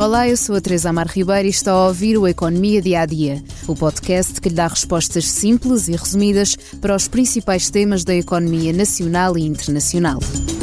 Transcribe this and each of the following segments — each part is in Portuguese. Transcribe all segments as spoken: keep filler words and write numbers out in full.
Olá, eu sou a Teresa Amar Ribeiro e está a ouvir o Economia Dia a Dia, o podcast que lhe dá respostas simples e resumidas para os principais temas da economia nacional e internacional.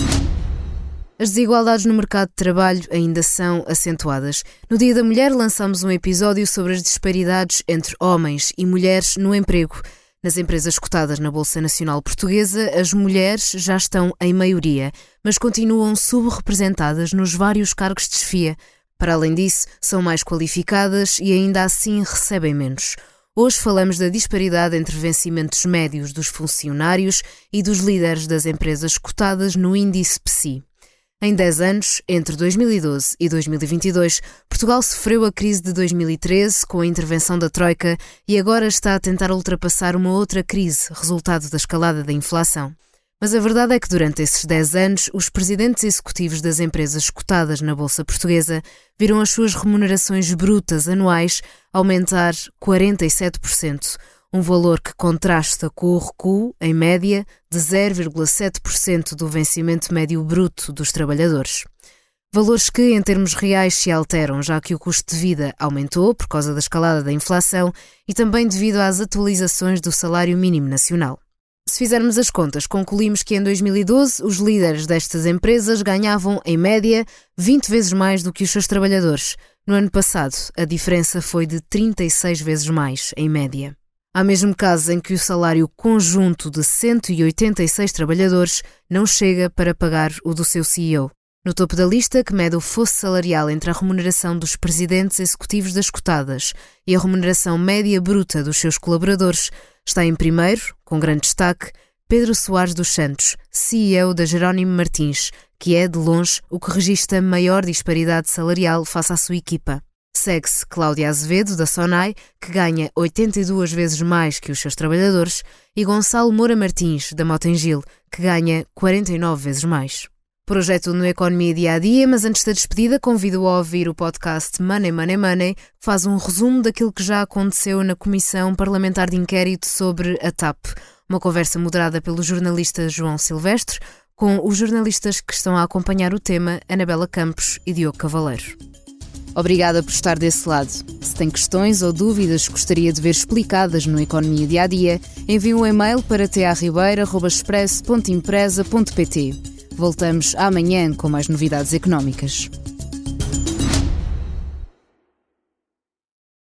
As desigualdades no mercado de trabalho ainda são acentuadas. No Dia da Mulher lançamos um episódio sobre as disparidades entre homens e mulheres no emprego. Nas empresas cotadas na Bolsa Nacional Portuguesa, as mulheres já estão em maioria, mas continuam subrepresentadas nos vários cargos de chefia. Para além disso, são mais qualificadas e ainda assim recebem menos. Hoje falamos da disparidade entre vencimentos médios dos funcionários e dos líderes das empresas cotadas no índice P S I. Em dez anos, entre dois mil e doze e dois mil e vinte e dois, Portugal sofreu a crise de dois mil e treze com a intervenção da Troika e agora está a tentar ultrapassar uma outra crise, resultado da escalada da inflação. Mas a verdade é que durante esses dez anos, os presidentes executivos das empresas cotadas na Bolsa Portuguesa viram as suas remunerações brutas anuais aumentar quarenta e sete por cento, um valor que contrasta com o recuo, em média, de zero vírgula sete por cento do vencimento médio bruto dos trabalhadores. Valores que, em termos reais, se alteram, já que o custo de vida aumentou por causa da escalada da inflação e também devido às atualizações do salário mínimo nacional. Se fizermos as contas, concluímos que em dois mil e doze os líderes destas empresas ganhavam, em média, vinte vezes mais do que os seus trabalhadores. No ano passado, a diferença foi de trinta e seis vezes mais, em média. Há mesmo casos em que o salário conjunto de cento e oitenta e seis trabalhadores não chega para pagar o do seu C E O. No topo da lista, que mede o fosso salarial entre a remuneração dos presidentes executivos das cotadas e a remuneração média bruta dos seus colaboradores, está em primeiro, com grande destaque, Pedro Soares dos Santos, C E O da Jerónimo Martins, que é, de longe, o que registra maior disparidade salarial face à sua equipa. Segue-se Cláudia Azevedo, da Sonai, que ganha oitenta e duas vezes mais que os seus trabalhadores, e Gonçalo Moura Martins, da Motengil, que ganha quarenta e nove vezes mais. Por hoje é tudo no Economia Dia a Dia, mas antes da despedida convido a ouvir o podcast Money, Money, Money, que faz um resumo daquilo que já aconteceu na Comissão Parlamentar de Inquérito sobre a TAP. Uma conversa moderada pelo jornalista João Silvestre, com os jornalistas que estão a acompanhar o tema, Anabela Campos e Diogo Cavaleiro. Obrigada por estar desse lado. Se tem questões ou dúvidas que gostaria de ver explicadas no Economia Dia a Dia, envie um e-mail para t a ribeiro arroba expresso ponto empresa ponto p t. Voltamos amanhã com mais novidades económicas.